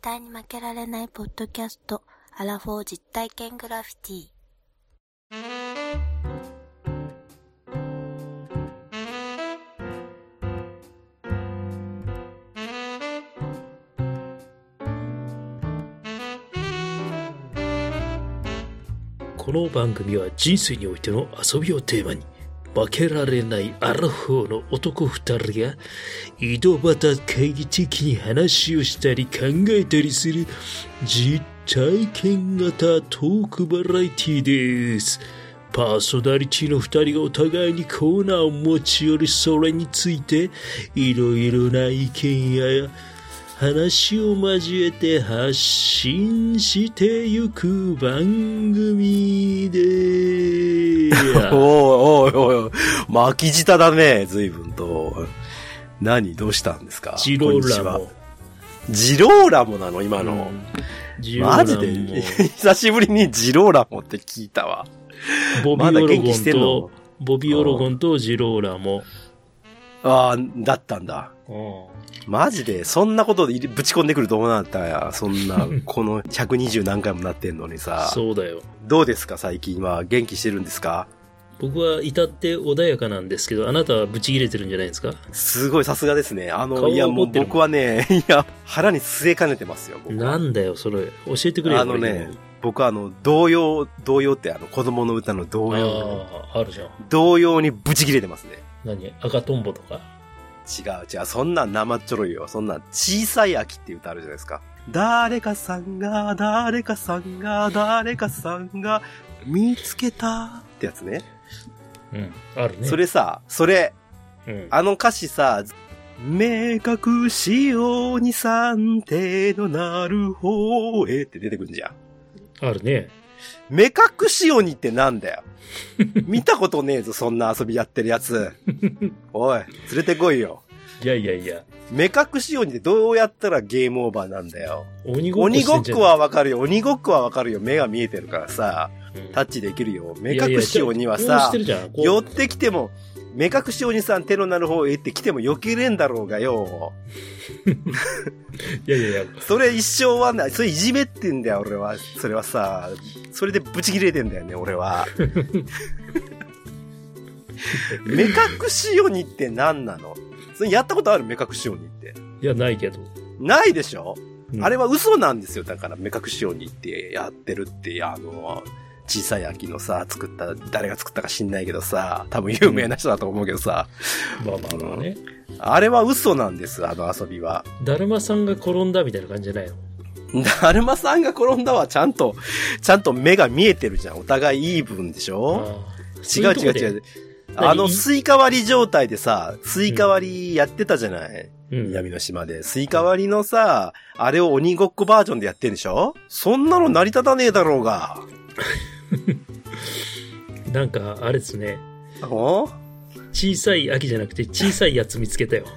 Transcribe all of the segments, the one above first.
対に負けられないポッドキャスト、アラフォー実体験グラフィティ。 この番組は人生においての遊びをテーマに、負けられないアラフォーの男二人が井戸端会議的に話をしたり考えたりする実体験型トークバラエティです。パーソナリティの二人がお互いにコーナーを持ち寄り、それについていろいろな意見や話を交えて発信してゆく番組でーす。 おい、巻き舌だね、随分と。何、どうしたんですか？ ジローラモ。 ジローラモなの今の。マジで久しぶりにジローラモって聞いたわ。 ボビーオロゴンとジローラモ。 ああ、だったんだ。マジでそんなことでぶち込んでくると思わなかったや。そんな、この120何回もなってんのにさ。 そうだよ。 どうですか最近は？元気してるんですか？ 僕は至って穏やかなんですけど、あなたはブチ切れてるんじゃないですか？すごい、さすがですね。いやもう僕はね、腹に据えかねてますよ。 なんだよ、それ。教えてくれよ。 僕は童謡って子供の歌の童謡。 あるじゃん。 童謡にブチ切れてますね。 何？赤とんぼとか？ 違う。そんなん生っちょろいよ。そんなん小さい秋っていう歌あるじゃないですか。誰かさんが見つけたってやつね。 うん、あるね。 それ、うん、歌詞さ、目隠しように三手のなる方へって出てくるんじゃん。 あるね。 目隠し鬼ってなんだよ。見たことねえぞ、そんな遊びやってるやつ。おい、連れてこいよ。 いや。 目隠し鬼ってどうやったらゲームオーバーなんだよ。 鬼ごっこはわかるよ。目が見えてるからさ、タッチできるよ。目隠し鬼はさ、寄ってきても、目隠し鬼さん手のなる方へって来ても避けれんだろうがよ。 いや。 それ一生はない。それいじめってんだよ、俺は。それはさ、それでブチ切れてんだよね、俺は。目隠し鬼って何なの？それやったことある？目隠し鬼って。 いや、ないけど。 ないでしょ？あれは嘘なんですよ。だから目隠し鬼ってやってるって、小さい秋のさ、誰が作ったか知んないけどさ、多分有名な人だと思うけどさ。 まあね。 あれは嘘なんです、遊びは。 だるまさんが転んだみたいな感じじゃないの？ だるまさんが転んだはちゃんと目が見えてるじゃん。お互いイーブンでしょ？違う。スイカ割り状態でさ、スイカ割りやってたじゃない、南の島で。スイカ割りのさ、あれを鬼ごっこバージョンでやってんでしょ？そんなの成り立たねえだろうが。 なんか、あれですね。小さい秋じゃなくて小さいやつ見つけたよ。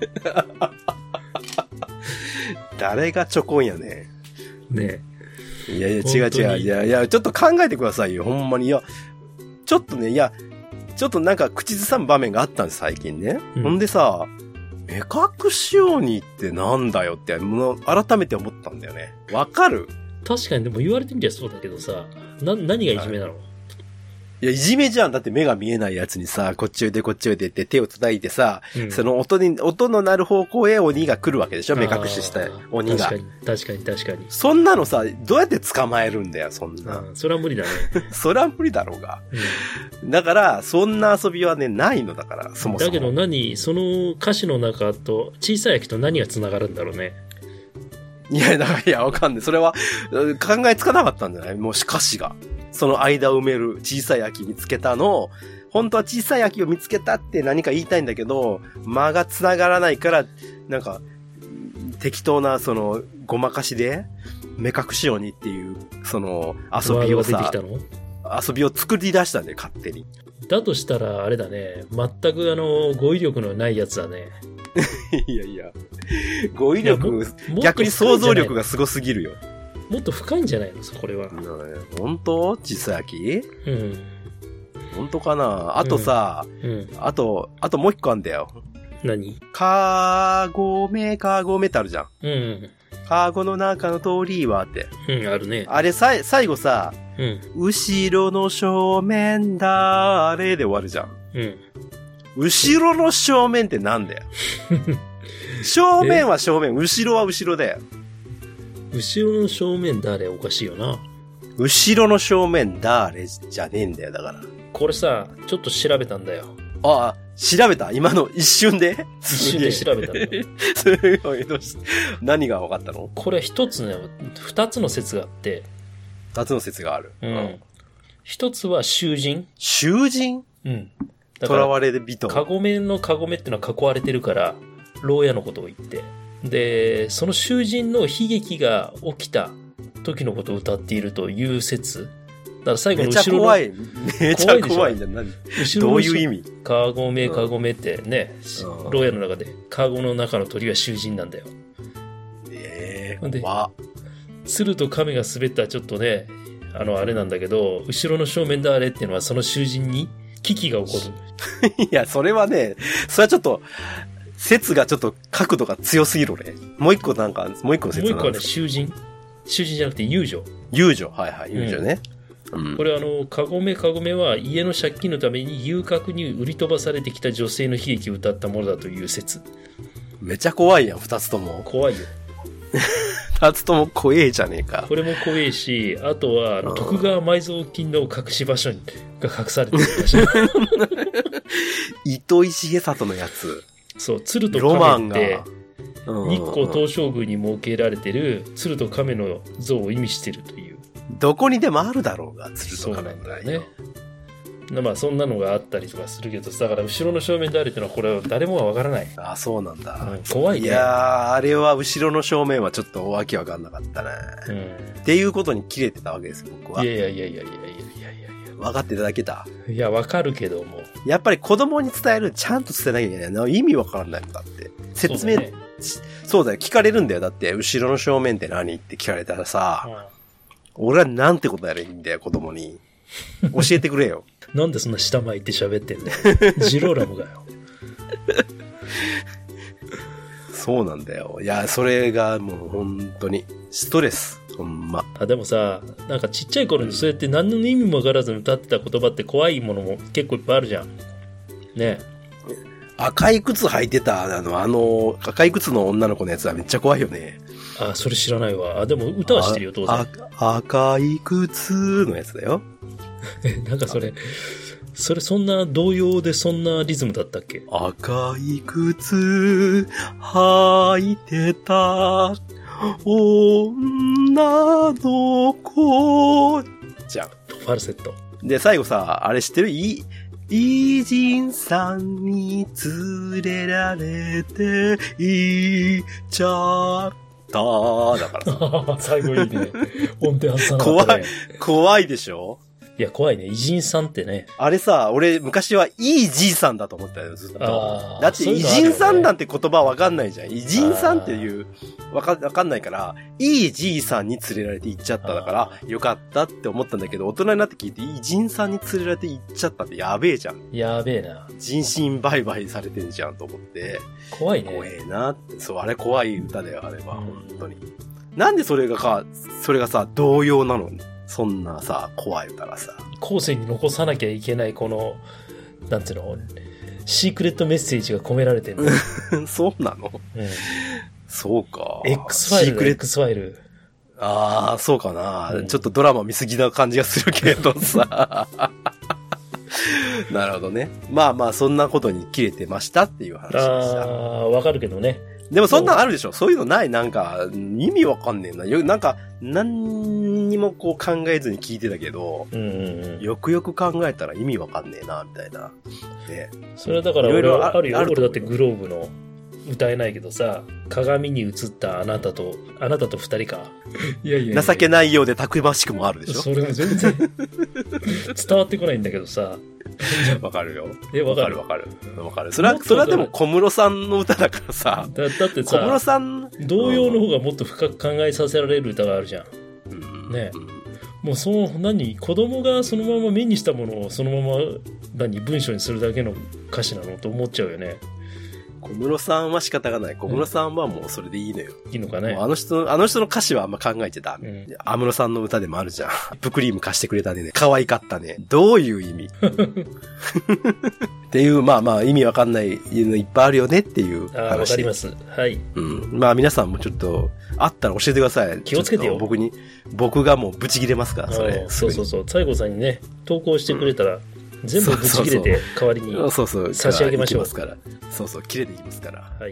誰がちょこんやね。 ねえ。いや、違う。ちょっと考えてくださいよ。ほんまに。ちょっとなんか口ずさむ場面があったんです、最近ね。ほんでさ、目隠し鬼ってなんだよって、改めて思ったんだよね。わかる？ 確かに、でも言われてみりゃそうだけどさ、何がいじめなの？ いや、いじめじゃん。だって目が見えないやつにさ、こっちおいでって手を叩いてさ、その音の鳴る方向へ鬼が来るわけでしょ？目隠しした鬼が。 確かに。 そんなのさ、どうやって捕まえるんだよ、そんな。 それは無理だね。 それは無理だろうが。だから、そんな遊びはね、ないのだから、そもそも。 だけどその歌詞の中と、小さい秋と何が繋がるんだろうね。 いや、わかんない。それは、考えつかなかったんじゃない？もう歌詞が。その間を埋める小さい秋見つけたの、本当は小さい秋を見つけたって何か言いたいんだけど、間が繋がらないから、なんか、適当な、ごまかしで、目隠し鬼っていう、遊びをさ、遊びを作り出したんだよ、勝手に。 だとしたら、あれだね、全く語彙力のないやつだね。 いや、語彙力、逆に想像力がすごすぎるよ。 もっと深いんじゃないのこれは。 本当？小さい秋？本当かな？あとさ、あともう一個あんだよ。 何？ かごめってあるじゃん。 カゴの中の通りはって。 うん、あるね。 あれ最後さ、 うん。 後ろの正面だーれで終わるじゃん。 うん。 後ろの正面ってなんだよ。正面は正面、後ろは後ろだよ。 後ろの正面誰おかしいよな。 後ろの正面誰じゃねえんだよ、だから。 これさ、ちょっと調べたんだよ。 ああ、調べた今の一瞬で一瞬で調べたんだよ。 すごい。何が分かったの？これ一つね、二つの説があって。 二つの説がある。 うん。一つは囚人。 囚人？ うん。 囚われで美と。 カゴメのカゴメってのは囲われてるから、牢屋のことを言って。で、その囚人の悲劇が起きた時のことを歌っているという説。だから最後の後ろの。 めちゃ怖いんだ。何？後ろのどういう意味？ カゴメってね、牢屋の中で、カゴの中の鳥は囚人なんだよ。で、鶴と亀が滑ったらちょっとね、あれなんだけど、後ろの正面だあれっていうのはその囚人に危機が起こる。 いや、それはね、それはちょっと、説がちょっと角度が強すぎるね。もう一個の説なんですか？もう一個はね、囚人じゃなくて遊女。 遊女。はいはい、遊女ね。 うん、これカゴメは家の借金のために遊郭に売り飛ばされてきた女性の悲劇を歌ったものだという説。 めちゃ怖いやん、二つとも。 怖いよ。 二つとも怖えじゃねえか。 これも怖えし、あとは徳川埋蔵金の隠し場所が隠されてる場所。 糸井重里のやつ。 そう、鶴と亀って日光東照宮に設けられてる鶴と亀の像を意味してるという。 どこにでもあるだろうが、鶴と亀ぐらい。そうなんだよね。まあそんなのがあったりとかするけど、だから後ろの正面であるっていうのはこれは誰もがわからない。 あ、そうなんだ。 うん、怖いね。 いやー、あれは後ろの正面はちょっとわけわかんなかったね。うん。っていうことに切れてたわけですよ、僕は。 いや。 分かっていただけた？ いや、わかるけども。 やっぱり子供に伝える、ちゃんと伝えなきゃいけないな。意味わからないんだって。説明、そうだよ、聞かれるんだよ。だって、後ろの正面って何って聞かれたらさ、俺はなんてことやればいいんだよ、子供に。教えてくれよ。 なんでそんな下巻いて喋ってんだよ。ジローラムがよ。 そうなんだよ。いや、それがもう本当にストレス。ほんま。 でもさ、なんかちっちゃい頃にそうやって何の意味もわからずに歌ってた言葉って怖いものも結構いっぱいあるじゃん。ね。 赤い靴履いてた、赤い靴の女の子のやつはめっちゃ怖いよね。 あ、それ知らないわ。でも歌は知ってるよ、当然。 赤い靴のやつだよ。 なんかそれそんな童謡でそんなリズムだったっけ？ 赤い靴履いてた女の子じゃん。 ファルセット。 で、最後さ、あれ知ってる？イージンさんに連れられて行っちゃっただからさ。最後いいね。音程外さなかったね。 怖いでしょ？ いや、怖いね。偉人さんってね。 あれさ、俺昔はいいじいさんだと思ったよ、ずっと。だって、偉人さんなんて言葉わかんないじゃん。偉人さんっていう、わかんないから、いいじいさんに連れられて行っちゃっただから、よかったって思ったんだけど、大人になって聞いて、偉人さんに連れられて行っちゃったってやべえじゃん。 やべえな。 人身売買されてんじゃんと思って。 怖いね。 怖えなって。そう、あれ怖い歌だよ、あれは。本当に。なんでそれがさ、童謡なの？そんなさ、怖い歌がさ。 後世に残さなきゃいけないこの、なんていうの、シークレットメッセージが込められてるの。そうなの？うん。そうか。 X ファイル。X ファイル。 ああ、そうかな、ちょっとドラマ見すぎな感じがするけどさ。なるほどね。まあ、そんなことに切れてましたっていう話でした。 わかるけどね。 でもそんなんあるでしょ？そういうのない？なんか、意味わかんねえな。なんか、何にもこう考えずに聞いてたけど、よくよく考えたら意味わかんねえな、みたいな。ね。 それはだから俺はあるよ。俺だってグローブの歌えないけどさ、鏡に映ったあなたと二人か。 いや情けないようでたくましくもあるでしょ？ それも全然伝わってこないんだけどさ。 わかるよ。 わかる。 それはでも小室さんの歌だからさ。 だってさ、 小室さん、 童謡の方がもっと深く考えさせられる歌があるじゃん。ね。もう子供がそのまま目にしたものをそのまま文章にするだけの歌詞なのと思っちゃうよね。 小室さんは仕方がない。小室さんはもうそれでいいのよ。 いいのかね。 あの人の歌詞はあんま考えちゃダメ。安室さんの歌でもあるじゃん。リップクリーム貸してくれたね。可愛かったね。どういう意味っていう、まあ意味わかんないのいっぱいあるよねっていう話。 わかります。はい。 まあ皆さんもちょっと、あったら教えてください。 気をつけてよ。 僕がもうブチ切れますから、それ。 そう。西郷さんにね、投稿してくれたら、全部ブチ切れて代わりに差し上げましょう。 そう、切れていきますから。 はい。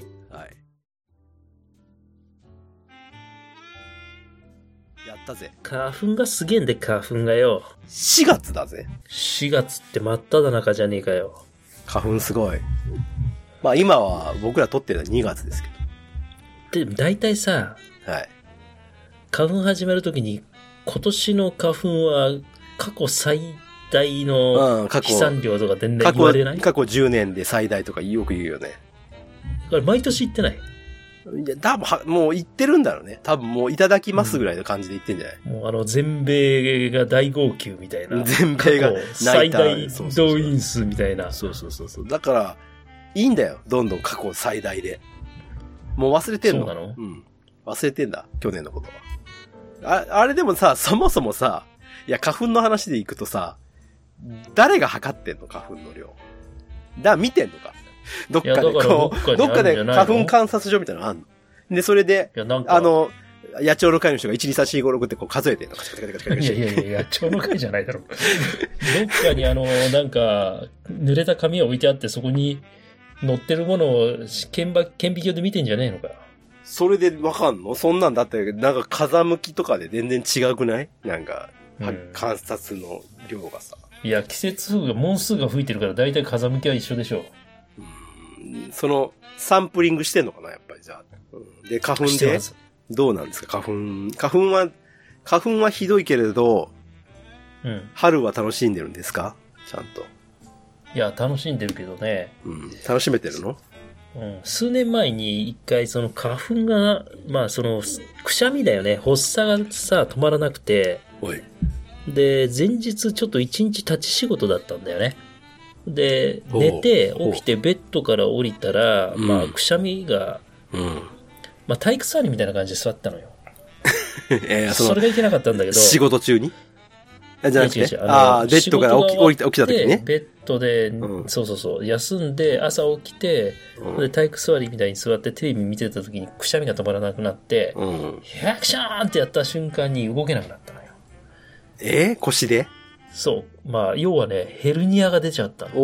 やったぜ。 花粉がすげえんで、花粉がよ。 4月だぜ。 4月って真っ只中じゃねえかよ。 花粉すごい。まあ今は僕ら撮ってるのは2月ですけど。で、大体さ、 はい。 花粉始めるときに、今年の花粉は過去最大の飛散量とか全然言われない？ 過去10年で最大とかよく言うよね。 だから毎年言ってない。 いや、多分もう言ってるんだろうね。多分もういただきますぐらいの感じで言ってんじゃない、 もう全米が大号泣みたいな。 全米が最大動員数みたいな。 そう。だから、いいんだよ。どんどん過去最大で。もう忘れてんの？ そうなの？ 忘れてんだ。去年のことは。あれでもさ、そもそもさ、いや、花粉の話でいくとさ、誰が測ってんの花粉の量。見てんのか。どっかでこう、どっかで花粉観察所みたいなのあんの。で、それで、野鳥の会の人が1、2、3、4、5、6ってこう数えてんの。 いや、野鳥の会じゃないだろ。どっかになんか、濡れた紙が置いてあって、そこに乗ってるものを顕微鏡で見てんじゃねえのか。それでわかんの？そんなんだったら、なんか風向きとかで全然違くない？なんか、観察の量がさ。 いや、季節風が、モンスーンが吹いてるから大体風向きは一緒でしょう。 その、サンプリングしてんのかなやっぱりじゃあ。で、花粉で、どうなんですか花粉はひどいけれど、春は楽しんでるんですかちゃんと。 いや、楽しんでるけどね。 楽しめてるの？ 数年前に一回その花粉が、まあその、くしゃみだよね。発作がさ、止まらなくて。で、前日ちょっと一日立ち仕事だったんだよね。で、寝て、起きてベッドから降りたら、まあ、くしゃみが、まあ、体育座りみたいな感じで座ったのよ。それがいけなかったんだけど。 仕事中に？じゃなくて、ベッドから起きた時ね。 ベッドで、そう、休んで、朝起きて、で、体育座りみたいに座ってテレビ見てた時にくしゃみが止まらなくなって、クシャーンってやった瞬間に動けなくなったのよ。 腰で？ そう。まあ、要はね、ヘルニアが出ちゃったの。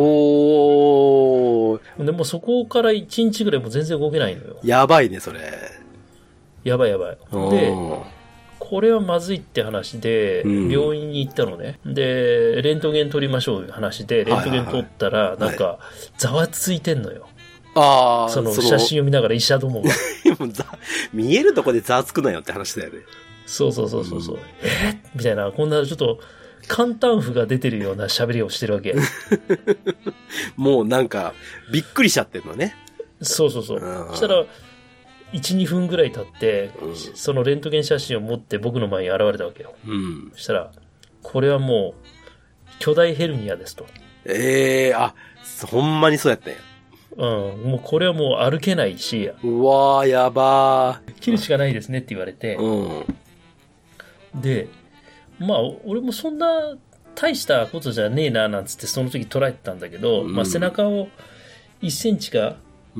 でもそこから1日ぐらいもう全然動けないのよ。 やばいね、それ。 やばい。で、これはまずいって話で、病院に行ったのね。で、レントゲン撮りましょういう話で、レントゲン撮ったら、なんか、ざわついてんのよ。その写真を見ながら医者どもが。 見えるとこでざわつくなよって話だよね。 そう。みたいな、こんなちょっと、簡単符が出てるような喋りをしてるわけ。 もうなんか、びっくりしちゃってるのね。 そう。そしたら、1、2分ぐらい経って、そのレントゲン写真を持って僕の前に現れたわけよ。そしたら、これはもう、巨大ヘルニアですと。 ほんまにそうやったんや。 もうこれはもう歩けないし。 うわー、やばー。 切るしかないですねって言われて。で、まあ、俺もそんな大したことじゃねえな、なんつってその時捉えてたんだけど、まあ背中を1センチか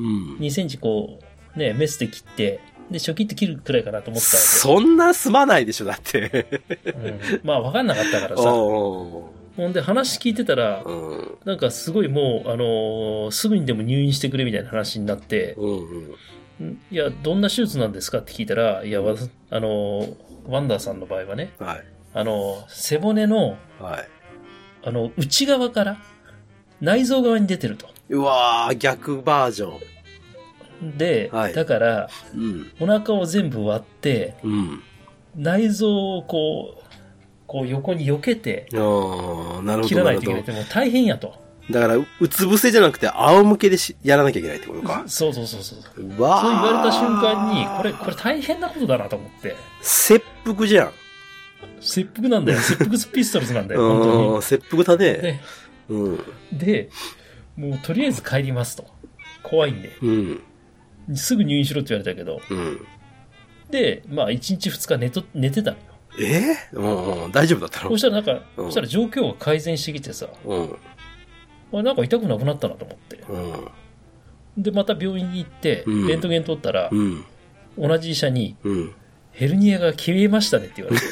2センチこう、ね、メスで切って、で、ショキって切るくらいかなと思ったわけ。 そんな済まないでしょ、だって。 まあ分かんなかったからさ。ほんで話聞いてたら、なんかすごいもう、すぐにでも入院してくれみたいな話になって、いや、どんな手術なんですかって聞いたら、いや、ワンダーさんの場合はね、背骨の、内側から、内臓側に出てると。 うわー、逆バージョン。 で、だから、お腹を全部割って、内臓をこう横に避けて、切らないといけないって、もう大変やと。 だから、うつ伏せじゃなくて、仰向けでやらなきゃいけないってことか。 そう。そう言われた瞬間に、これ大変なことだなと思って。 切腹じゃん。 切腹なんだよ。切腹ピストルズなんだよ、本当に。 切腹だね。 で、もうとりあえず帰りますと。 怖いんで。 うん。 すぐ入院しろって言われたけど。 うん。 で、まあ、1日2日寝てたのよ。 うん、大丈夫だったの？ そしたらそしたら状況が改善してきてさ、なんか痛くなくなったなと思って。で、また病院に行って、レントゲン取ったら、同じ医者に、ヘルニアが消えましたねって言われて。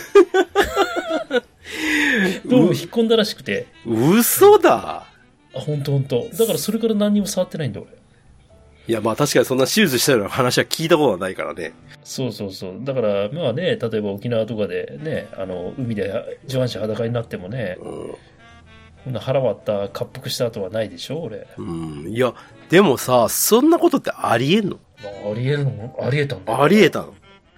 どうも引っ込んだらしくて。 嘘だ。 ほんと。だからそれから何にも触ってないんだ、俺。 いや、まあ確かにそんな手術したような話は聞いたことはないからね。 そう。だから、まあね、例えば沖縄とかでね、海で上半身裸になってもね、こんな腹割った滑腹した後はないでしょ、俺。 いや、でもさ、そんなことってありえんの？ ありえるの？ありえたんだ。 ありえたの？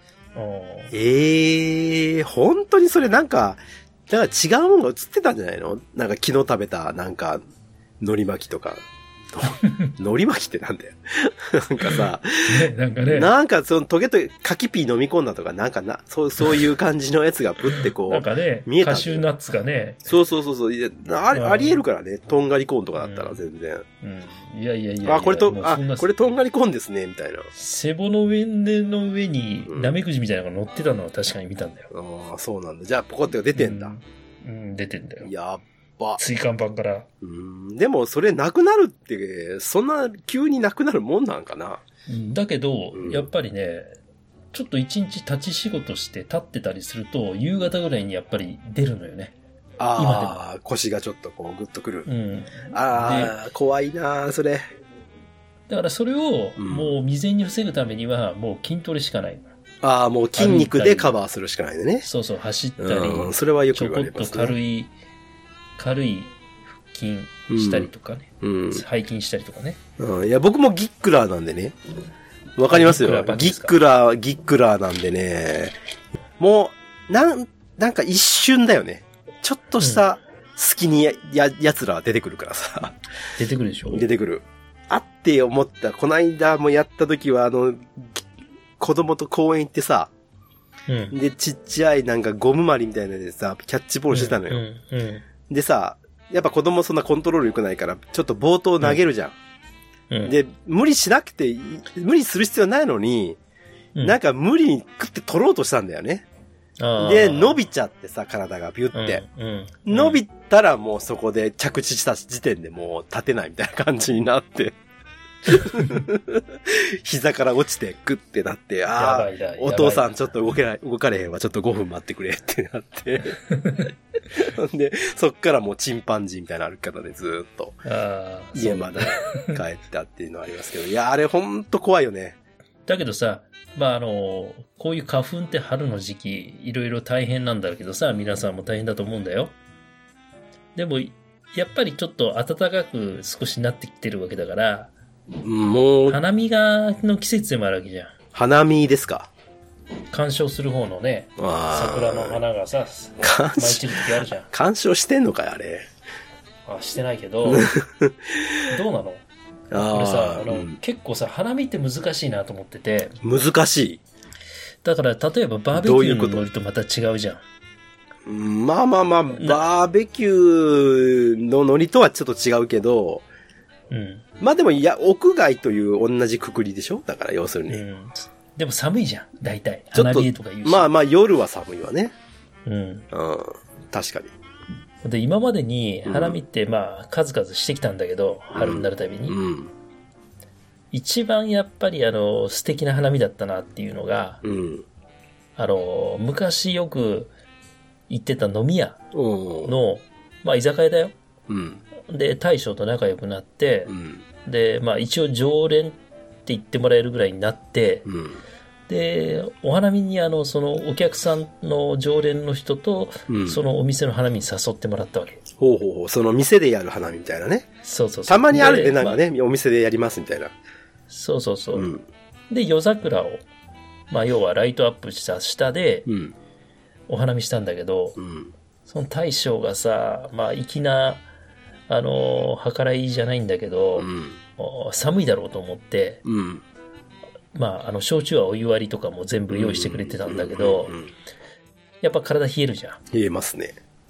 本当にそれなんか、だから違うものが映ってたんじゃないの？なんか昨日食べた、なんか、海苔巻きとか。海苔巻きってなんだよ。なんかさ、なんかそのトゲトゲ、柿ピー飲み込んだとか、なんかそういう感じのやつがぶってこう、 なんかね、見えた。カシューナッツがね。 そう。ありえるからね、とんがりコーンとかだったら全然。 いや。 これとんがりコーンですね、みたいな。 背骨の上に、ナメクジみたいなのが乗ってたのは確かに見たんだよ。 ああ、そうなんだ。じゃあ、ポコって出てんだ。 出てんだよ。 やっば。 椎間板から。 でも、それなくなるって、そんな急になくなるもんなんかな。 だけど、やっぱりね、ちょっと一日立ち仕事して立ってたりすると、夕方ぐらいにやっぱり出るのよね。 今でも。腰がちょっとこうグッとくる。怖いなそれ。 だからそれを、もう未然に防ぐためには、もう筋トレしかない。 もう筋肉でカバーするしかないね。 そう、走ったり、 それはよく言われますね。 ちょこっと軽い腹筋したりとかね。背筋したりとかね。 いや、僕もギックラーなんでね。わかりますよ。ギックラーなんでね。もう、なんか一瞬だよね。ちょっとした隙に奴らは出てくるからさ。 出てくるでしょ？ 出てくる。って思った。この間もやった時は、子供と公園行ってさ、で、ちっちゃいなんかゴムまりみたいなのでさ、キャッチボールしてたのよ。でさ、やっぱ子供そんなコントロール良くないから、ちょっと冒頭投げるじゃん。で、無理する必要ないのに、なんか無理に食って取ろうとしたんだよね。で、伸びちゃってさ、体がビュって。伸びたらもうそこで着地した時点でもう立てないみたいな感じになって。膝から落ちてグッてなって、お父さんちょっと動かれへんわ、ちょっと5分待ってくれってなって。で、そっからもうチンパンジーみたいな歩き方でずーっと家まで帰ったっていうのはありますけど、いや、あれほんと怖いよね。 だけどさ、こういう花粉って春の時期、いろいろ大変なんだけどさ、皆さんも大変だと思うんだよ。でも、やっぱりちょっと暖かく少しなってきてるわけだから、もう、花見の季節でもあるわけじゃん。 花見ですか？ 鑑賞する方のね、桜の花がさ、舞い散る時あるじゃん。 鑑賞してんのかよ、あれ。 してないけど、どうなの？これさ、結構さ、花見って難しいなと思ってて。 難しい？ だから、例えばバーベキューのノリとまた違うじゃん。 バーベキューのノリとはちょっと違うけど、まあでも、屋外という同じくくりでしょ？だから要するに。 でも寒いじゃん、大体。花冷えとか言うし。 まあ夜は寒いわね。確かに。 で、今までに花見って数々してきたんだけど、春になるたびに。一番やっぱり素敵な花見だったなっていうのが、昔よく行ってた飲み屋の、居酒屋だよ。で、大将と仲良くなって、で、一応常連って言ってもらえるぐらいになって、で、お花見にそのお客さんの常連の人と、そのお店の花見に誘ってもらったわけ。 その店でやる花見みたいなね。 そう。 たまにあるでなんかね、お店でやりますみたいな。 そう。で、夜桜を、要はライトアップした下で、お花見したんだけど、その大将がさ、粋な、計らいじゃないんだけど、寒いだろうと思って、焼酎はお湯割りとかも全部用意してくれてたんだけど、やっぱ体冷えるじゃん。 冷えますね。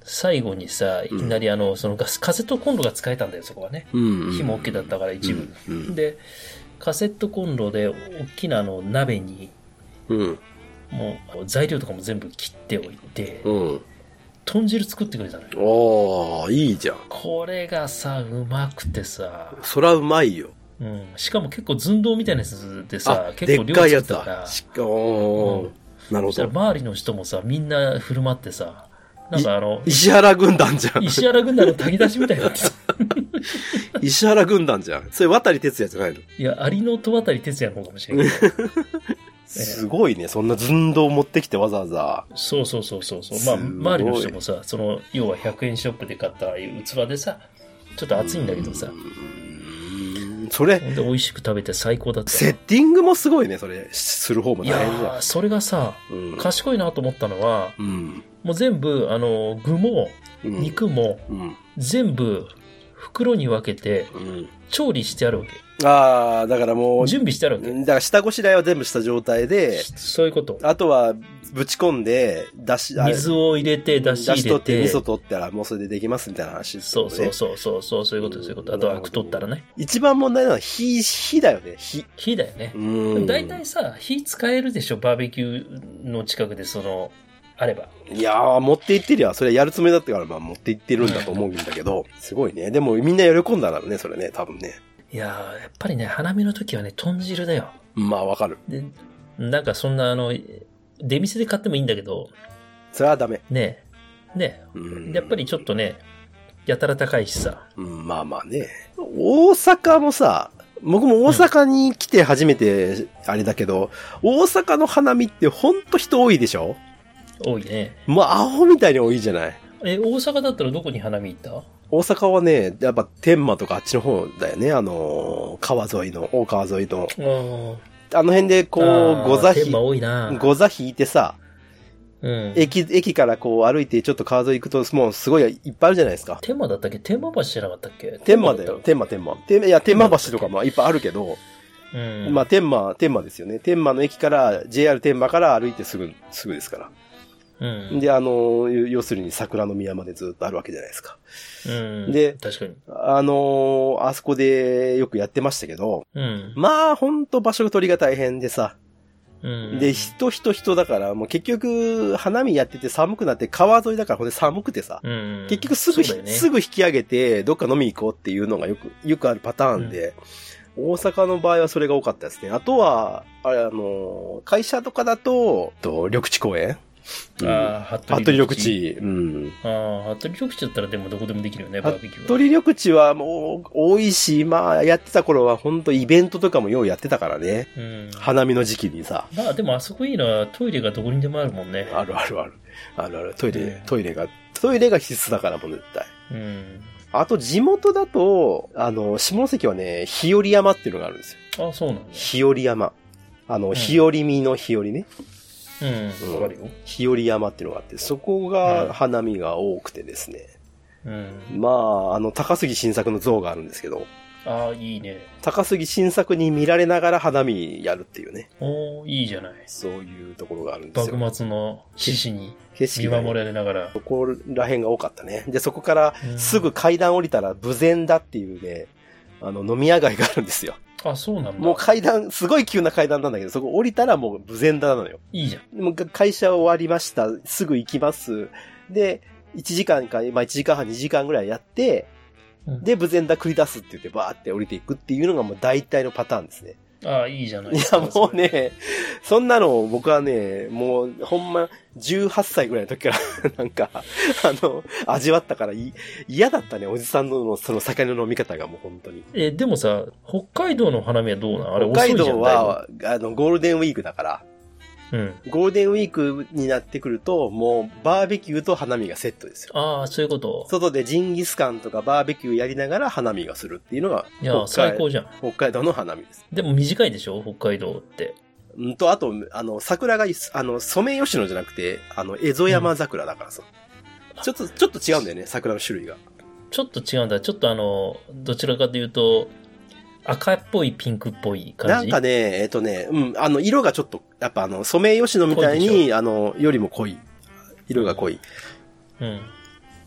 最後にさ、いきなりそのカセットコンロが使えたんだよ、そこはね。火も OK だったから一部。で、カセットコンロで大きな鍋に、もう材料とかも全部切っておいて、豚汁作ってくれたのよ。 おー、いいじゃん。 これがさ、うまくてさ。 そらうまいよ。 しかも結構寸胴みたいなやつでさ、結構量作ったから。なるほど。 そしたら周りの人もさ、みんな振る舞ってさ、なんか石原軍団じゃん。 石原軍団の炊き出しみたいになってさ。 石原軍団じゃん。それ渡哲也じゃないの？ いや、有野と渡哲也の方かもしれない。 すごいね。そんな寸胴持ってきてわざわざ。 そう。まあ、周りの人もさ、要は100円ショップで買った器でさ、ちょっと熱いんだけどさ。 それ。 で、美味しく食べて最高だった。 セッティングもすごいね、それ。する方も大変じゃん。 いやそれがさ、賢いなと思ったのは、もう全部、具も、肉も、全部、袋に分けて、調理してあるわけ。 ああ、だからもう。 準備してあるわけ。 だから下ごしらえは全部した状態で。 そういうこと。 あとは、ぶち込んで、 水を入れて、出し入れて。 出し取って、味噌取ったらもうそれでできますみたいな話ですよね。 そういうこと。あとはアク取ったらね。 一番問題なのは火だよね、 火だよね。だいたいさ、火使えるでしょ、バーベキューの近くであれば。 いやー、持って行ってりゃ、それやるつもりだったから、まあ持って行ってるんだと思うんだけど、すごいね。でもみんな喜んだだろうね、それね、多分ね。 いやー、やっぱりね、花見の時はね、豚汁だよ。 まあわかる。 で、なんかそんな出店で買ってもいいんだけど。 それはダメ。 ねやっぱりちょっとね、やたら高いしさ。 まあまあね。大阪もさ、僕も大阪に来て初めてあれだけど、大阪の花見ってほんと人多いでしょ？ 多いね。 もうアホみたいに多いじゃない。 大阪だったらどこに花見行った？ 大阪はね、やっぱ天満とかあっちの方だよね。川沿いの、大川沿いの。あの辺でこう、ご座引いてさ、駅からこう歩いてちょっと川沿い行くともうすごいいっぱいあるじゃないですか。 天満だったっけ？天満橋じゃなかったっけ？ 天満だよ。天満。いや、天満橋とかもいっぱいあるけど、まあ天満ですよね。天満の駅から、JR 天満から歩いてすぐですから。で、要するに桜の宮までずっとあるわけじゃないですか。で、 確かに。 あそこでよくやってましたけど、まあ、ほんと場所取りが大変でさ、で、人だから、もう結局、花見やってて寒くなって川沿いだからほんで寒くてさ、結局すぐ引き上げて、どっか飲み行こうっていうのがよくあるパターンで、大阪の場合はそれが多かったですね。あとは、会社とかだと、緑地公園？ 服部緑地。服部緑地だったらでもどこでもできるよね、バーベキューは。 服部緑地はもう多いし、まあやってた頃は本当イベントとかもようやってたからね。花見の時期にさ。 まあでもあそこいいのはトイレがどこにでもあるもんね。 ある。トイレが必須だからもう絶対。あと地元だと、下関はね、日和山っていうのがあるんですよ。 そうなんだ。 日和山。日和見の日和ね。 わかるよ。 日和山っていうのがあって、そこが花見が多くてですね。まあ、高杉晋作の像があるんですけど。 いいね。 高杉晋作に見られながら花見やるっていうね。 いいじゃない。 そういうところがあるんですよ。 幕末の志士に見守られながら。 そこら辺が多かったね。で、そこからすぐ階段降りたら豊前だっていうね、飲み屋街があるんですよ。 そうなんだ。 もう階段、すごい急な階段なんだけど、そこ降りたらもう豊前だなのよ。 いいじゃん。 もう会社終わりました。すぐ行きます。で、1時間か、1時間半、2時間ぐらいやって、で、豊前だ繰り出すって言ってバーって降りていくっていうのがもう大体のパターンですね。 いいじゃないですか。 いや、もうね、そんなの僕はね、もうほんま18歳ぐらいの時からなんか、味わったから嫌だったね、おじさんのその酒の飲み方がもう本当に。 でもさ、北海道の花見はどうなん？あれ遅いじゃん。 北海道は、ゴールデンウィークだから、ゴールデンウィークになってくると、もうバーベキューと花見がセットですよ。 そういうこと。 外でジンギスカンとかバーベキューやりながら花見がするっていうのが、 いや、最高じゃん。 北海道の花見です。 でも短いでしょ北海道って。 あと、桜が、ソメイヨシノじゃなくて、エゾヤマ桜だからさ。ちょっと違うんだよね、桜の種類が。 ちょっと違うんだ。ちょっとどちらかというと、赤っぽいピンクっぽい感じ。 なんかね、色がちょっと、やっぱソメイヨシノみたいに、よりも濃い。色が濃い。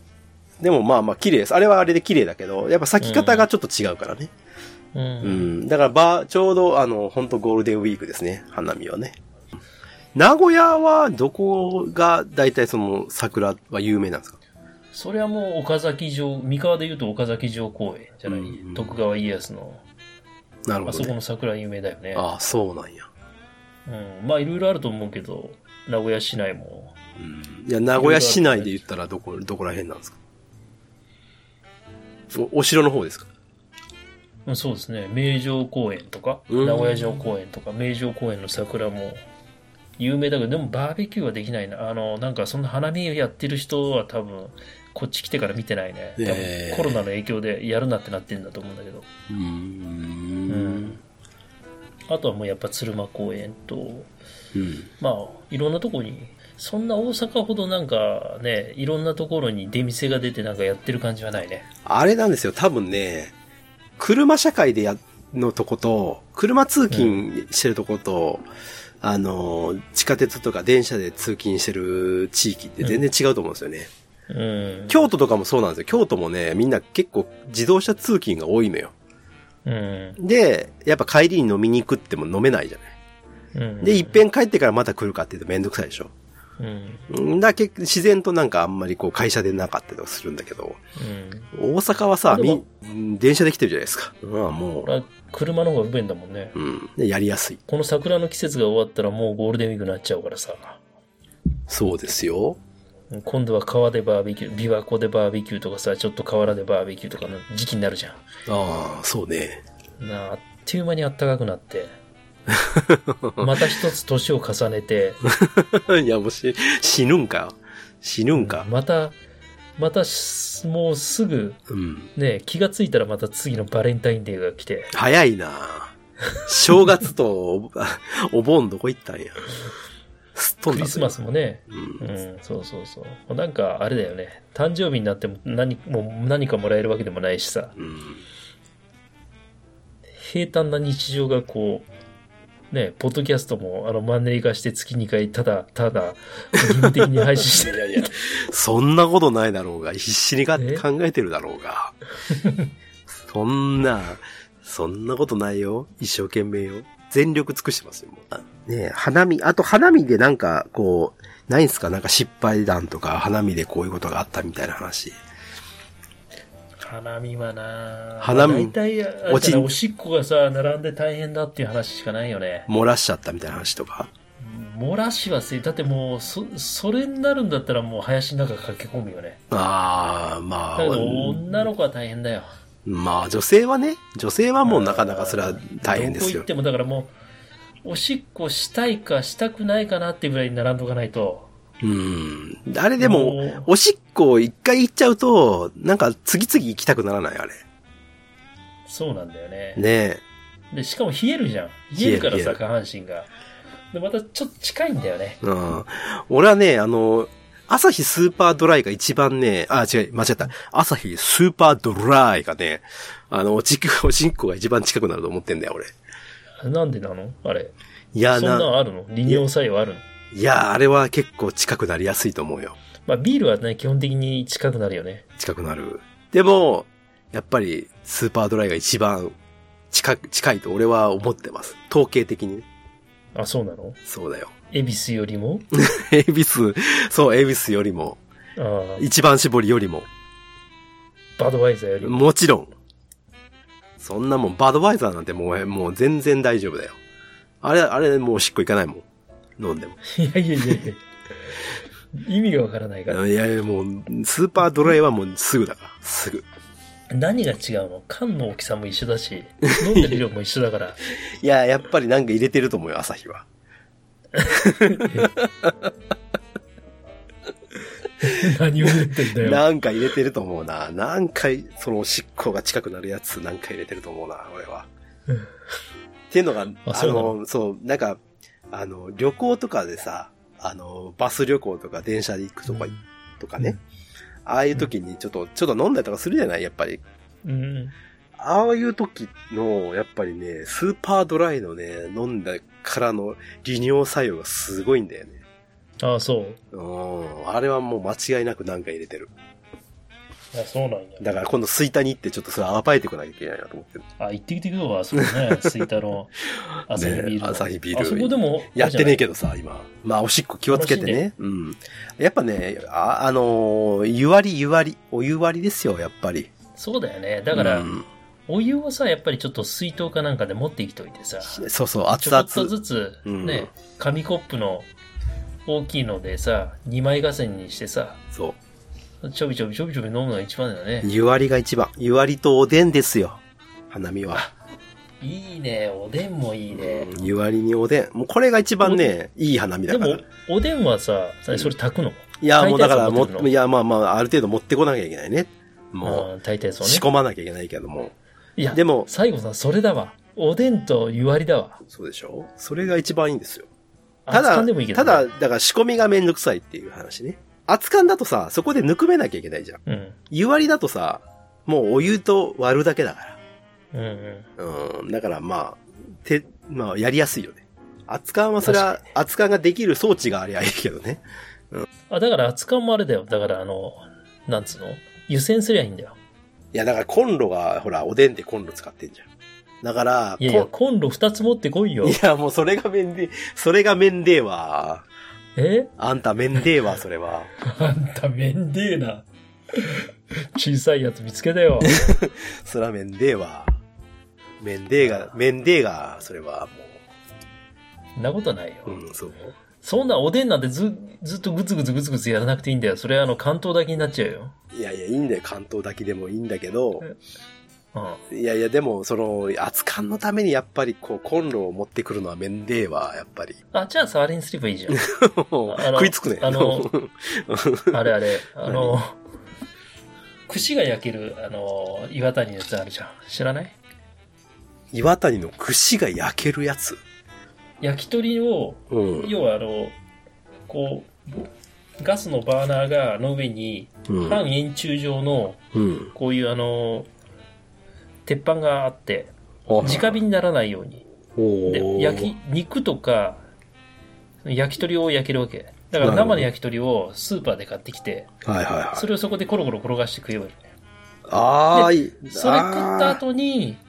でもまあまあ綺麗です。あれはあれで綺麗だけど、やっぱ咲き方がちょっと違うからね。 うん。 うん。だからちょうど本当ゴールデンウィークですね。花見はね。名古屋はどこが大体その桜は有名なんですか？ それはもう岡崎城、三河で言うと岡崎城公園じゃない、 うん、 徳川家康の。 なるほど、ね。 あそこの桜有名だよね。 ああ、そうなんや。 うん。まあいろいろあると思うけど、名古屋市内も。 うん。いや、名古屋市内で言ったらどこら辺なんですか？お城の方ですか？ うん、そうですね。名城公園とか、名古屋城公園とか、名城公園の桜も有名だけど、でもバーベキューはできないな。なんかそんな花見やってる人は多分、こっち来てから見てないね。多分コロナの影響でやるなってなってるんだと思うんだけど。うん。あとはもうやっぱ鶴間公園と、 うん、 まあ、いろんなとこに、そんな大阪ほどなんかね、いろんなところに出店が出てなんかやってる感じはないね。 あれなんですよ、多分ね、車社会でのとこと、車通勤してるとこと、地下鉄とか電車で通勤してる地域って全然違うと思うんですよね。 うん、 京都とかもそうなんですよ。京都もね、みんな結構自動車通勤が多いのよ。 うん、 で、やっぱ帰りに飲みに行くっても飲めないじゃない。うん、で、いっぺん帰ってからまた来るかって言うとめんどくさいでしょ。うん。自然となんかあんまりこう会社でなかったりとかするんだけど、うん、大阪はさ、電車で来てるじゃないですか。もう。 車の方が不便だもんね。 うん。でやりやすい。 この桜の季節が終わったらもうゴールデンウィークになっちゃうからさ。 そうですよ。 今度は川でバーベキュー、琵琶湖でバーベキューとかさ、ちょっと河原でバーベキューとかの時期になるじゃん。 ああ、そうね。 あっという間に暖かくなって。また一つ年を重ねて。 いや、もう死ぬんか。 また、もうすぐ、うん、ね、気がついたらまた次のバレンタインデーが来て。 早いな正月とお盆どこ行ったんや。 クリスマスもね、うん、そうそうそう。なんかあれだよね。誕生日になっても何かもらえるわけでもないしさ。うん、平坦な日常がこう、ね、ポッドキャストもマンネリ化して月2回ただ義務的に配信してる。 いやそんなことないだろうが、必死に考えてるだろうが。そんなことないよ。一生懸命よ。全力尽くしてますよ。ねえ、花見でなんかこう、ないんすか？なんか失敗談とか、花見でこういうことがあったみたいな話。 花見はな花見。 大体、おしっこがさ、並んで大変だっていう話しかないよね。 漏らしちゃったみたいな話とか。 漏らしはだってもう、それになるんだったらもう林の中駆け込むよね。 ああ、まあ。 だけど女の子は大変だよ。 まあ女性はもうなかなかそれは大変ですよ。 どこ行ってもだからもう、おしっこしたいかしたくないかなっていうぐらいに並んどかないと。 あれでも、おしっこ一回行っちゃうと、なんか次々行きたくならないあれ。 そうなんだよね。 ねえ。で、しかも冷えるじゃん。冷えるからさ、下半身が。で、またちょっと近いんだよね。 俺はね、アサヒスーパードライが一番ね、間違った。アサヒスーパードライがね、おしっこが一番近くなると思ってんだよ、俺。 なんでなのあれ。 いや、 そんなのあるの？利尿作用あるの？ いや、あれは結構近くなりやすいと思うよ。 まあ、ビールはね、基本的に近くなるよね。 近くなる。でも、やっぱり、スーパードライが一番近いと俺は思ってます。統計的に。 あ、そうなの？ そうだよ。 恵比寿よりも恵比寿よりも。一番搾りよりも。 バドワイザーよりも。 もちろん。そんなもん、バドワイザーなんてもう全然大丈夫だよ。あれもうおしっこいかないもん。飲んでも。 いや。意味がわからないから。 いや、もう、スーパードライはもうすぐだから。すぐ。 何が違うの？缶の大きさも一緒だし、飲んでる量も一緒だから。 いや、やっぱりなんか入れてると思うよ、朝日は。 何を入れてんだよ。 なんか入れてると思うな。なんか、そのおしっこが近くなるやつなんか入れてると思うな、俺は。っていうのが、なんか、旅行とかでさ、バス旅行とか電車で行くとかね。ああいう時にちょっと飲んだりとかするじゃないやっぱり。ああいう時の、やっぱりね、スーパードライのね、飲んだからの利尿作用がすごいんだよね。 ああ、そう。あれはもう間違いなくなんか入れてる。 あ、そうなんや。 だから今度吹田に行ってちょっとそれ暴いてこなきゃいけないなと思ってる。 あ、行ってきてくるわ、そうね。吹田の朝日ビール、 ね。朝日ビール。 あそこでもやってねえけどさ、今。まあ、おしっこ気をつけてね。うん。やっぱね、湯割り、お湯割りですよ、やっぱり。 そうだよね。だから、お湯をさ、やっぱりちょっと水筒かなんかで持ってきといてさ。 そうそう、熱々。 ちょっとずつ、ね、紙コップの大きいのでさ、2枚重ねにしてさ。 そう。 ちょびちょび飲むのが一番だよね。 湯割りが一番。湯割りとおでんですよ。花見は。 いいね。おでんもいいね。 湯割りにおでん。もうこれが一番ね、いい花見だから。 でも、おでんはさ、それ炊くの？ いや、もうだから、いや、まあ、ある程度持ってこなきゃいけないね。もう、 炊いたやつをね。 仕込まなきゃいけないけども。 いや、 でも、 最後さ、それだわ。おでんと湯割りだわ。 そうでしょ？それが一番いいんですよ。 ただ、だから仕込みがめんどくさいっていう話ね。熱燗だとさ、そこでぬくめなきゃいけないじゃん。湯割りだとさ、もうお湯と割るだけだから。だからまあ、やりやすいよね。熱燗はそれは、熱燗ができる装置がありゃいいけどね。 だから熱燗もあれだよ。だからなんつうの？湯煎すりゃいいんだよ。 いや、だからコンロが、ほら、おでんってコンロ使ってんじゃん。だから、 いや、コンロ2つ持ってこいよ。 いや、もうそれがめんでえわ。あんためんでえわ、それは。 あんためんでえな。小さいやつ見つけたよ。 そらめんでえわ。めんでえが、それはもう。 そんなことないよ。 そう。 そんなおでんなんてずっとグツグツやらなくていいんだよ。それ関東炊きになっちゃうよ。 いや、いいんだよ。関東炊きでもいいんだけど。いや、でも、熱燗のためにやっぱり、コンロを持ってくるのはめんでえわ、やっぱり。 じゃあ、触りにすればいいじゃん。 食いつくね。 あれ、串が焼ける、岩谷のやつあるじゃん。知らない？ 岩谷の串が焼けるやつ？ 焼き鳥を、要はこう、ガスのバーナーの上に、半円柱状の、こういう鉄板があって、直火にならないように。で、肉とか、焼き鳥を焼けるわけ。だから生の焼き鳥をスーパーで買ってきて、それをそこでコロコロ転がして食えばいい。それ食った後に、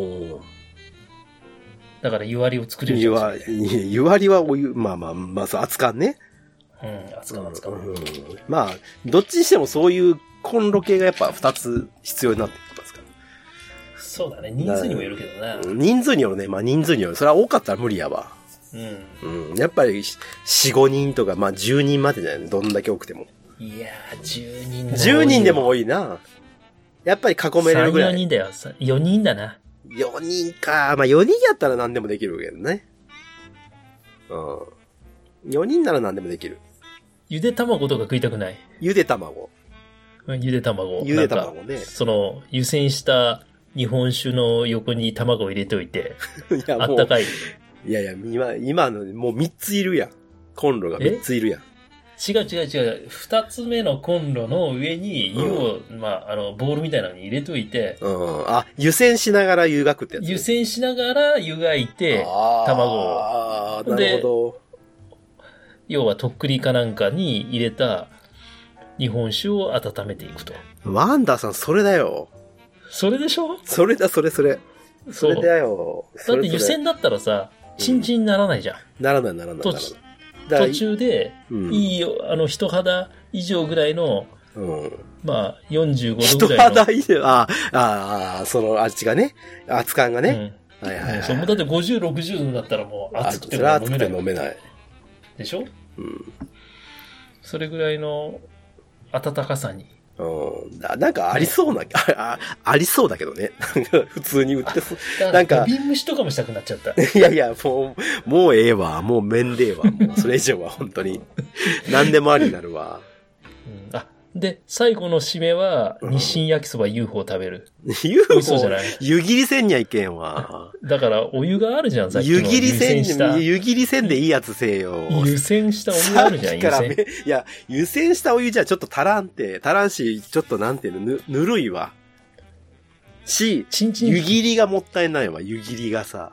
だから湯割りを作れるじゃん。 湯割りはお湯、まあ、熱燗ね。 熱燗。 まあ、どっちにしてもそういうコンロ系がやっぱ2つ必要になってきますから。 そうだね。人数にもよるけどな。 人数によるね。まあ人数による。それは多かったら無理やわ。やっぱり4、5人とか、まあ10人までじゃない。どんだけ多くても。 いやー、10人 10人でも多いな。やっぱり囲めれるぐらい。 3、4人だよ。4人だな。 4人か。まあ4人やったら何でもできるけどね。4人なら何でもできる。 ゆで卵とか食いたくない？ ゆで卵。 ゆで卵ね。 湯煎した日本酒の横に卵を入れておいて。 いや、 あったかい。 いや、今のもう3ついるやん。コンロが3ついるやん。 違う。2つ目のコンロの上に湯を、ボールみたいなのに入れといて。 湯煎しながら湯がくってやつ。 湯煎しながら湯がいて、卵を。 なるほど。 要はとっくりかなんかに入れた日本酒を温めていくと。 ワンダーさん、それだよ。 それでしょ？ それだ。それだよ。 だって湯煎だったらさ、チンチンにならないじゃん。 ならない。 途中で、いい人肌以上ぐらいの、まあ、45度ぐらいの。 人肌以上、あっちがね、熱燗がね。 だって50、60度だったらもう熱くて飲めない。 でしょ？それぐらいの温かさに。 なんかありそうな、ありそうだけどね。普通に売ってそう。 なんか。ビン蒸しとかもしたくなっちゃった。 いや、もうええわ。もうめんでえわ。もうそれ以上は本当に。何でもありになるわ。 で、最後の締めは、日清焼きそば UFO 食べる。 UFO じゃない？湯切りせんにはいけんわ。 だから、お湯があるじゃん、さっきの。 湯切りせんでいいやつせえよ。 湯煎したお湯あるじゃん、 いや、湯煎したお湯じゃちょっと足らんし、ちょっとなんていうの、ぬるいわ。湯切りがもったいないわ、湯切りがさ。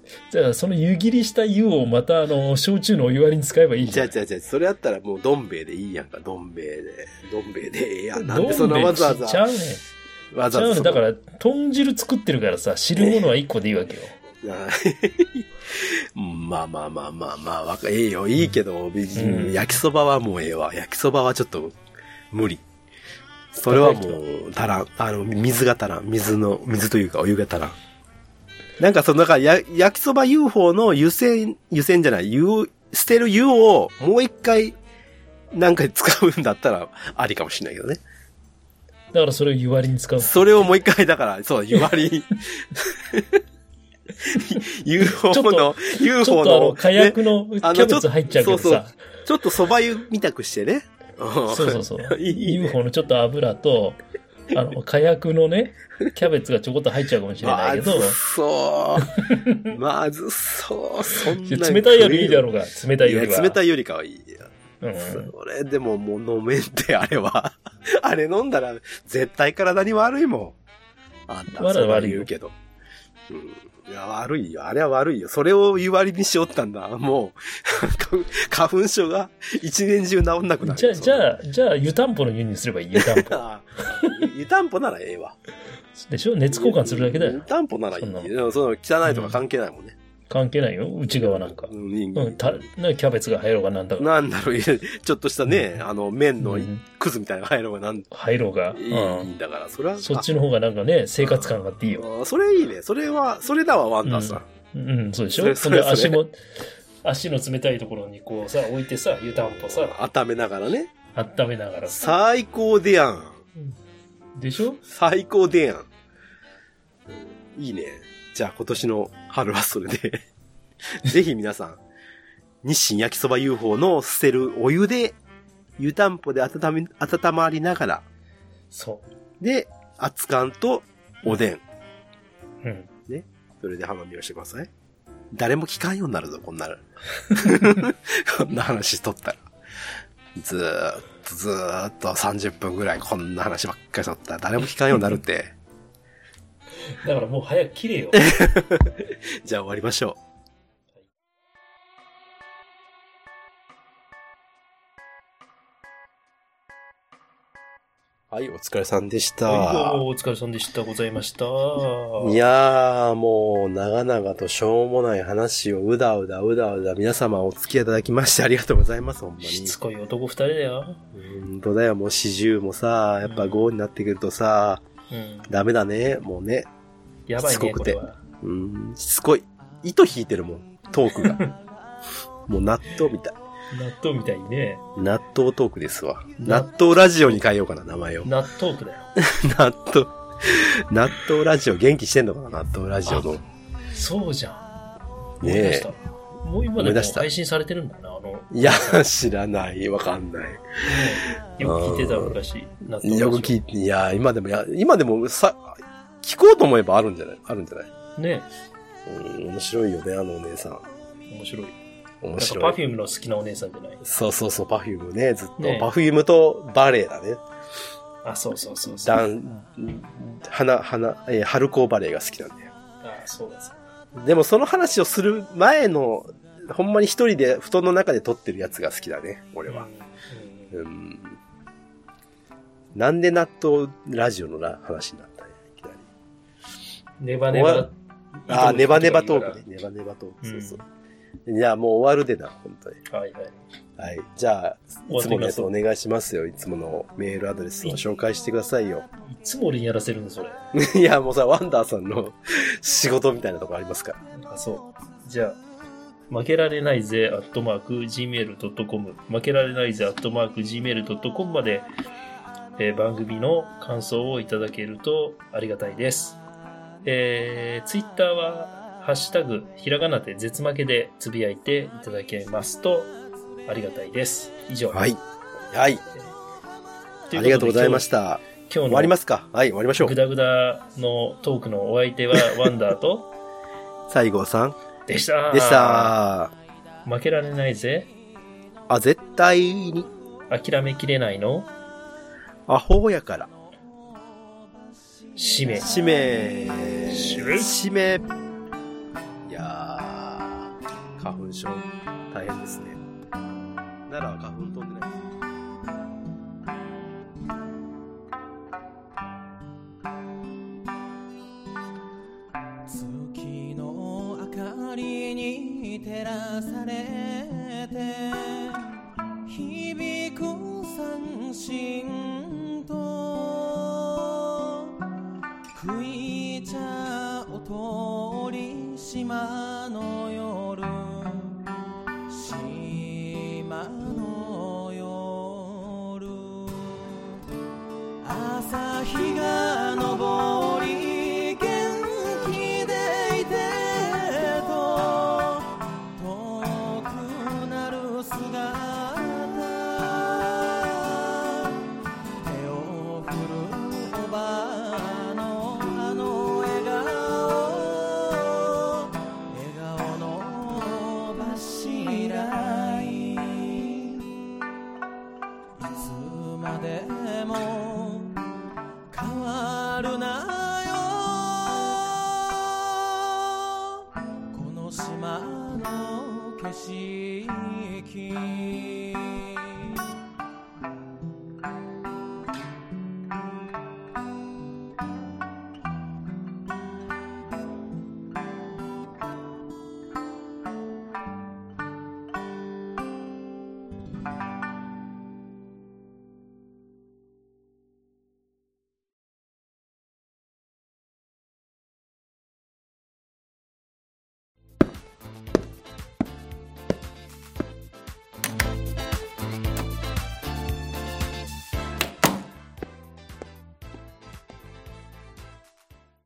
じゃあ、その湯切りした湯をまた、焼酎のお湯割りに使えばいいじゃん。 じゃあ、それやったらもうどん兵衛でいいやんか、どん兵衛でええやん。なんでそんなわざわざ。 ちゃうね。 わざわざ。 ちゃうね。だから、豚汁作ってるからさ、汁物は1個でいいわけよ。 まあ、ええよ、いいけど、焼きそばはもうええわ。焼きそばはちょっと、無理。それはもう、足らん。水が足らん。水というかお湯が足らん。なんか焼きそば UFO の湯煎じゃない、捨てる湯をもう一回、なんか使うんだったら、ありかもしれないけどね。 だからそれを湯割りに使う。 それをもう一回、だから、そう、湯割り。UFO の、 火薬のキャベツ入っちゃうけどさ。そうそう。 ちょっと蕎麦湯みたくしてね。 そう。UFO のちょっと油と、火薬のね、キャベツがちょこっと入っちゃうかもしれないけど。 まずそう。そんな。 冷たいよりいいだろうが、冷たいよりは。 冷たいよりかはいい。それでももう飲めんって、あれは。あれ飲んだら絶対体に悪いもん。あんたはそう言うけど。いや、悪いよ。あれは悪いよ。それを湯割りにしよったんだ。もう、花粉症が一年中治んなくなる。 じゃあ、湯たんぽの湯にすればいい。湯たんぽ。 湯たんぽならええわ。 でしょ？熱交換するだけだよ。 湯たんぽならいい。その汚いとか関係ないもんね。 関係ないよ。内側なんか。キャベツが入ろうがなんだか。 なんだろう、ちょっとしたね、麺のくずみたいなのが入ろうが入ろうが。 いいんだから、それは。 そっちの方がなんかね、生活感があっていいよ。 それいいね。それだわ、ワンダーさん。そうでしょ？足の冷たいところにこうさ、置いてさ、湯たんぽさ。 温めながらね。 温めながら。 最高でやん。 でしょ？ 最高でやん。いいね。じゃあ今年の春はそれでぜひ皆さん、日清焼きそば UFO の捨てるお湯で、湯たんぽで温まりながら、 そう。 で、熱燗とおでん。ね。それで浜見をしてください。誰も聞かんようになるぞ、こんな。こんな話しとったら。ずーっと30分ぐらいこんな話ばっかりしとったら誰も聞かんようになるって。 だからもう早く切れよ。 じゃあ終わりましょう。はい、お疲れさんでした。 はい、どうもお疲れさんでした。ございました。 いやー、もう、長々としょうもない話をうだうだ皆様お付き合いいただきましてありがとうございます、ほんまに。 しつこい男二人だよ。 ほんとだよ、もう40もさ、やっぱ5になってくるとさ、ダメだね、もうね。 やばいね、しつこくて。 しつこい。糸引いてるもん、トークが。もう納豆みたい。 納豆みたいにね。 納豆トークですわ。納豆ラジオに変えようかな、名前を。 納豆区だよ。 納豆ラジオ元気してんのかな、納豆ラジオの。 そうじゃん。 ねえ。 もう今でも配信されてるんだな、 いや、知らない、わかんない。 よく聞いてた昔、納豆ラジオ。 よく聞いて、いや、今でもさ、聞こうと思えばあるんじゃないねえ。面白いよね、あのお姉さん。 面白い。 面白い。 パフュームの好きなお姉さんじゃない？ そう、パフュームね、ずっと。ね、パフュームとバレエだね。 あ、そう。 春高バレエが好きなんだよ。 あ、そうです。 でもその話をする前の、ほんまに一人で布団の中で撮ってるやつが好きだね、俺は。なんで納豆ラジオの話になったんや、いきなり。 ネバネバ。 ネバネバトークね。ネバネバトーク。そう。いや、もう終わるでな、本当に。 はい。 はい。じゃあ、いつものやつお願いしますよ。いつものメールアドレスを紹介してくださいよ。 いつも俺にやらせるの、それ。 いや、もうさ、ワンダーさんの仕事みたいなとこありますから。 あ、そう。じゃあ、負けられないぜ、@gmail.com。負けられないぜ、@gmail.com まで、番組の感想をいただけるとありがたいです。ツイッターは、ハッシュタグ、ひらがなで絶負けでつぶやいていただけますとありがたいです。以上。 はい。ありがとうございました。 今日の終わりますか？はい、終わりましょう。 グダグダのトークのお相手はワンダーと西郷さんでした。負けられないぜ。 絶対に。 諦めきれないの？ アホやから。 締め。 いやー。 粉症大変ですね。奈良は花粉飛んでないです。 月の明かりに照らされて響く三振と食い茶を通り島の夜、島の夜、朝日が昇り元気でいてと遠くなる姿、手を振るおばあのあの笑顔の柱いつまでも変わるなよ、この島の景色。